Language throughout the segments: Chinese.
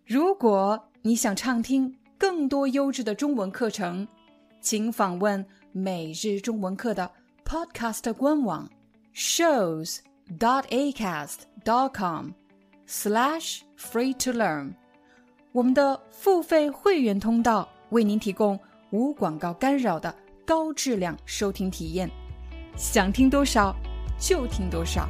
如果你想畅听更多优质的中文课程，请访问每日中文课的 Podcast 官网 shows.acast.com/free-to-learn。我们的付费会员通道为您提供无广告干扰的高质量收听体验，想听多少就听多少。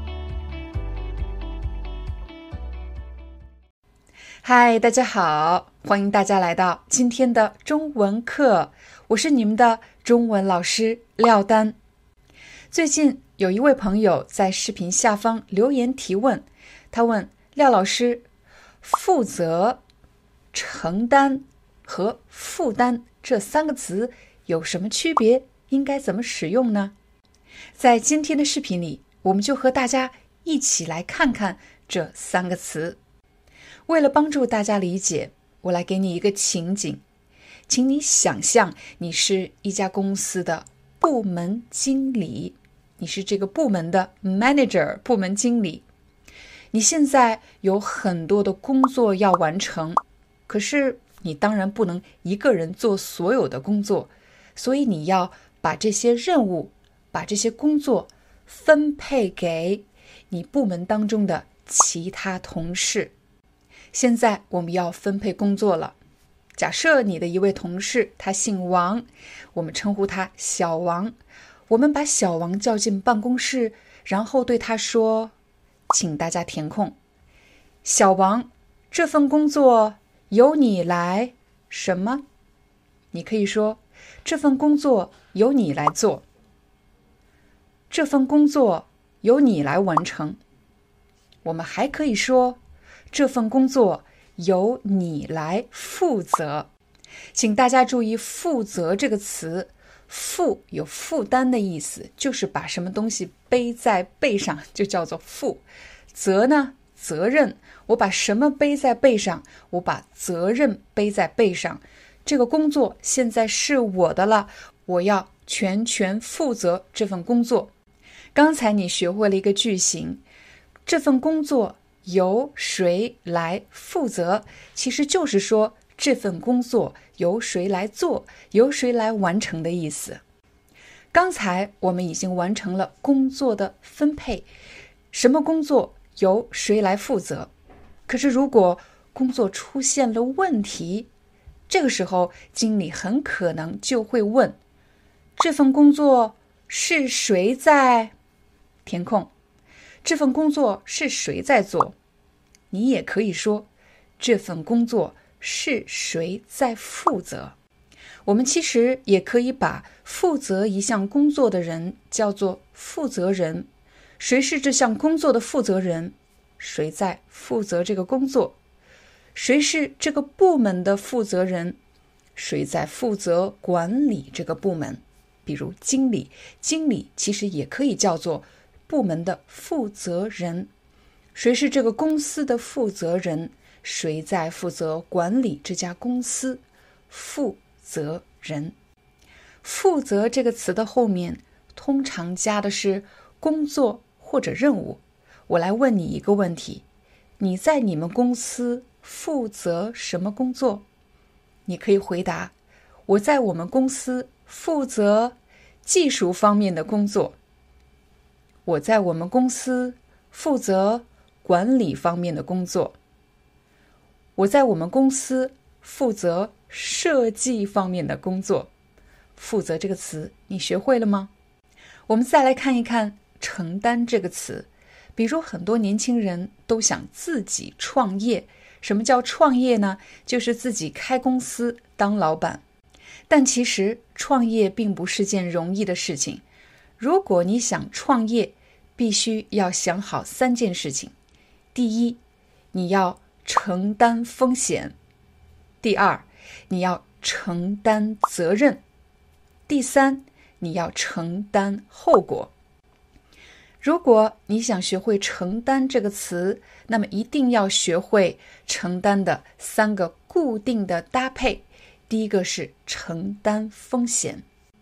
嗨，大家好，欢迎大家来到今天的中文课，我是你们的中文老师廖丹。最近有一位朋友在视频下方留言提问，他问廖老师，负责、承担和负担这三个词有什么区别？应该怎么使用呢？在今天的视频里，我们就和大家一起来看看这三个词。为了帮助大家理解，我来给你一个情景，请你想象你是一家公司的部门经理，你是这个部门的 manager 部门经理。你现在有很多的工作要完成，可是你当然不能一个人做所有的工作，所以你要把这些任务、把这些工作分配给你部门当中的其他同事。现在我们要分配工作了。假设你的一位同事，他姓王，我们称呼他小王。我们把小王叫进办公室，然后对他说，请大家填空。小王，这份工作由你来什么？你可以说，这份工作由你来做。这份工作由你来完成。我们还可以说，这份工作由你来负责。请大家注意负责这个词，负有负担的意思，就是把什么东西背在背上，就叫做负。责呢，责任，我把什么背在背上，我把责任背在背上。这个工作现在是我的了，我要全权负责这份工作。刚才你学会了一个句型，这份工作由谁来负责，其实就是说这份工作由谁来做，由谁来完成的意思。刚才我们已经完成了工作的分配，什么工作由谁来负责。可是如果工作出现了问题，这个时候经理很可能就会问，这份工作是谁在填空？这份工作是谁在做？你也可以说，这份工作是谁在负责？我们其实也可以把负责一项工作的人叫做负责人。谁是这项工作的负责人？谁在负责这个工作？谁是这个部门的负责人？谁在负责管理这个部门？比如经理，经理其实也可以叫做部门的负责人。谁是这个公司的负责人？谁在负责管理这家公司？负责人。负责这个词的后面通常加的是工作或者任务。我来问你一个问题，你在你们公司负责什么工作？你可以回答，我在我们公司负责技术方面的工作。我在我们公司负责管理方面的工作。我在我们公司负责设计方面的工作。负责这个词你学会了吗？我们再来看一看承担这个词。比如很多年轻人都想自己创业。什么叫创业呢？就是自己开公司当老板。但其实创业并不是件容易的事情。如果你想创业，必须要想好三件事情。第一，你要承担风险。第二，你要承担责任。第三，你要承担后果。如果你想学会承担这个词，那么一定要学会承担的三个固定的搭配。第一个是承担风险。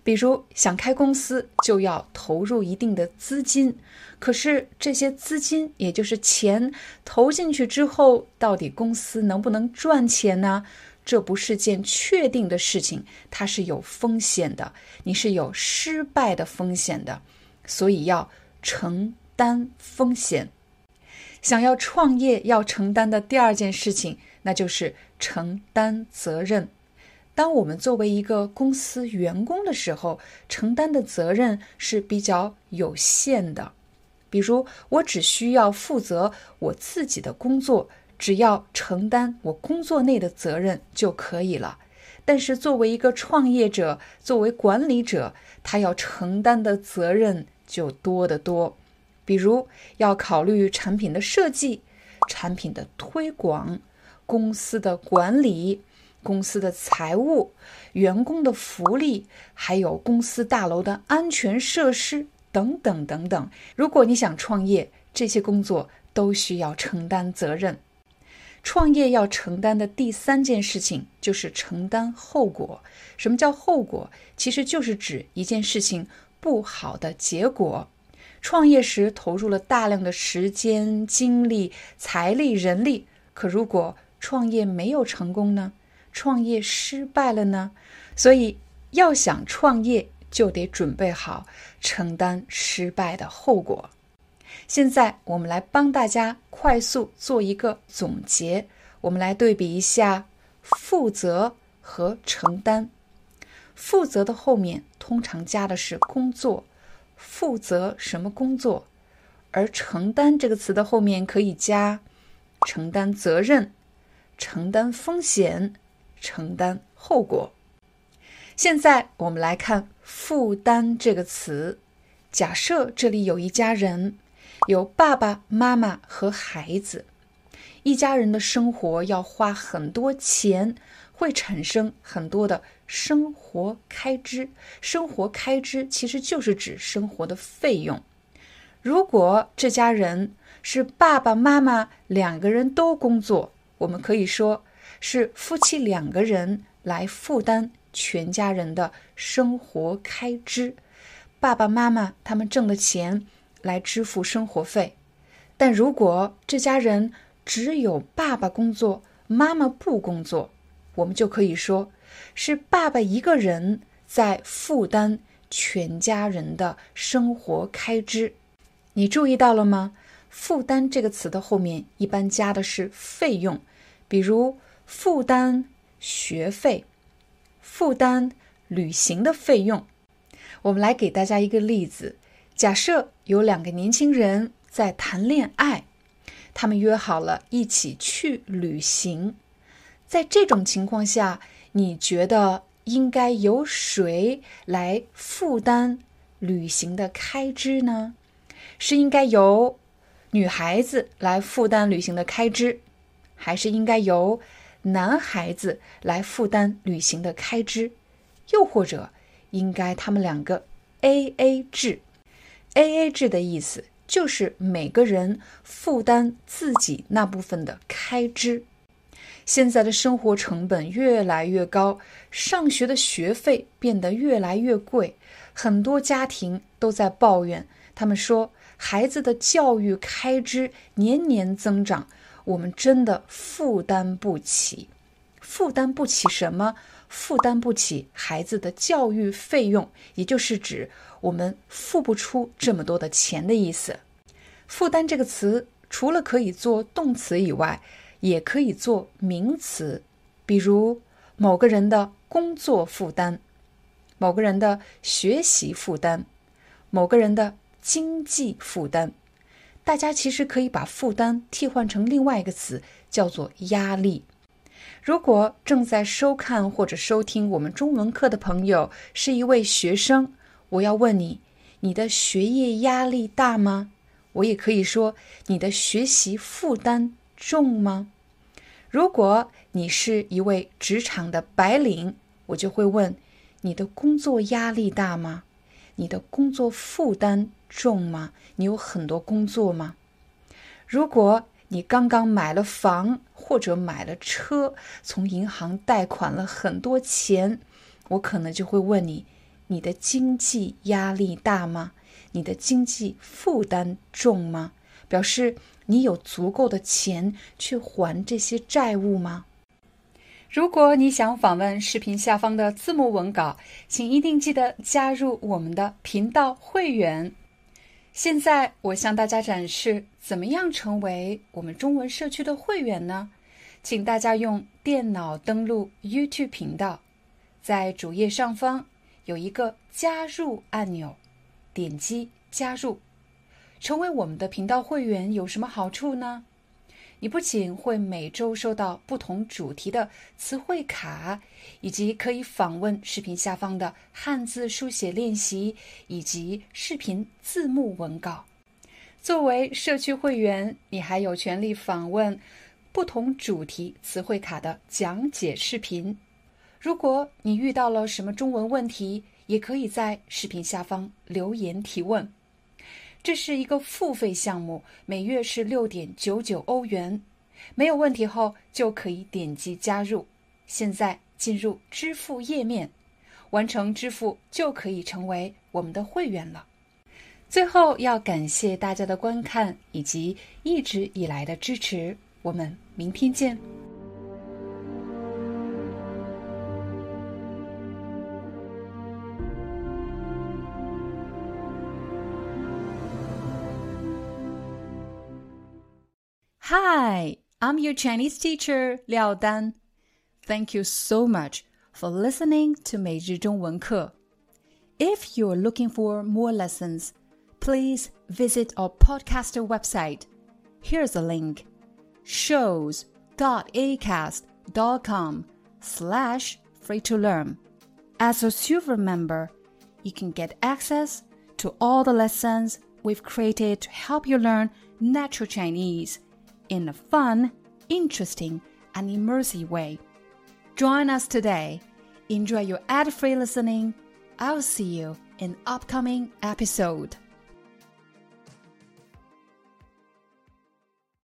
比如想开公司就要投入一定的资金，可是这些资金也就是钱投进去之后，到底公司能不能赚钱呢？这不是件确定的事情，它是有风险的，你是有失败的风险的，所以要承担风险。想要创业要承担的第二件事情，那就是承担责任。当我们作为一个公司员工的时候，承担的责任是比较有限的。比如，我只需要负责我自己的工作，只要承担我工作内的责任就可以了。但是作为一个创业者，作为管理者，他要承担的责任就多得多。比如要考虑产品的设计、产品的推广、公司的管理、公司的财务、员工的福利，还有公司大楼的安全设施等等等等。如果你想创业，这些工作都需要承担责任。创业要承担的第三件事情就是承担后果。什么叫后果？其实就是指一件事情不好的结果。创业时投入了大量的时间、精力、财力、人力，可如果创业没有成功呢？创业失败了呢？所以要想创业，就得准备好承担失败的后果。现在我们来帮大家快速做一个总结，我们来对比一下负责和承担。负责的后面通常加的是工作，负责什么工作？而承担这个词的后面可以加承担责任、承担风险、承担后果。现在我们来看负担这个词。假设这里有一家人，有爸爸妈妈和孩子，一家人的生活要花很多钱，会产生很多的生活开支。生活开支其实就是指生活的费用。如果这家人是爸爸妈妈两个人都工作，我们可以说是夫妻两个人来负担全家人的生活开支。爸爸妈妈他们挣的钱来支付生活费。但如果这家人只有爸爸工作，妈妈不工作，我们就可以说是爸爸一个人在负担全家人的生活开支。你注意到了吗？负担这个词的后面一般加的是费用，比如负担学费、负担旅行的费用。我们来给大家一个例子，假设有两个年轻人在谈恋爱，他们约好了一起去旅行。在这种情况下，你觉得应该由谁来负担旅行的开支呢？是应该由女孩子来负担旅行的开支，还是应该由男孩子来负担旅行的开支？又或者应该他们两个 AA 制。 AA 制的意思就是每个人负担自己那部分的开支。现在的生活成本越来越高，上学的学费变得越来越贵，很多家庭都在抱怨，他们说孩子的教育开支年年增长，我们真的负担不起。负担不起什么？负担不起孩子的教育费用，也就是指我们付不出这么多的钱的意思。负担这个词除了可以做动词以外，也可以做名词，比如某个人的工作负担，某个人的学习负担，某个人的经济负担。大家其实可以把负担替换成另外一个词，叫做压力。如果正在收看或者收听我们中文课的朋友是一位学生，我要问你，你的学业压力大吗？我也可以说，你的学习负担重吗？如果你是一位职场的白领，我就会问，你的工作压力大吗？你的工作负担重吗？你有很多工作吗？如果你刚刚买了房或者买了车，从银行贷款了很多钱，我可能就会问你， 你的经济压力大吗？你的经济负担重吗？表示你有足够的钱去还这些债务吗？如果你想访问视频下方的字幕文稿，请一定记得加入我们的频道会员。现在我向大家展示怎么样成为我们中文社区的会员呢？请大家用电脑登录 YouTube 频道，在主页上方有一个加入按钮，点击加入。成为我们的频道会员有什么好处呢？你不仅会每周收到不同主题的词汇卡，以及可以访问视频下方的汉字书写练习以及视频字幕文稿。作为社区会员，你还有权利访问不同主题词汇卡的讲解视频。如果你遇到了什么中文问题，也可以在视频下方留言提问。这是一个付费项目，每月是6.99欧元。没有问题后就可以点击加入。现在进入支付页面，完成支付就可以成为我们的会员了。最后要感谢大家的观看以及一直以来的支持，我们明天见。Hi, I'm your Chinese teacher, Liao Dan. Thank you so much for listening to 每日中文课. If you're looking for more lessons, please visit our podcaster website. Here's a link: shows.acast.com/free-to-learn. As a silver member, you can get access to all the lessons we've created to help you learn natural Chinese in a fun, interesting, and immersive way. Join us today. Enjoy your ad-free listening. I'll see you in upcoming episode.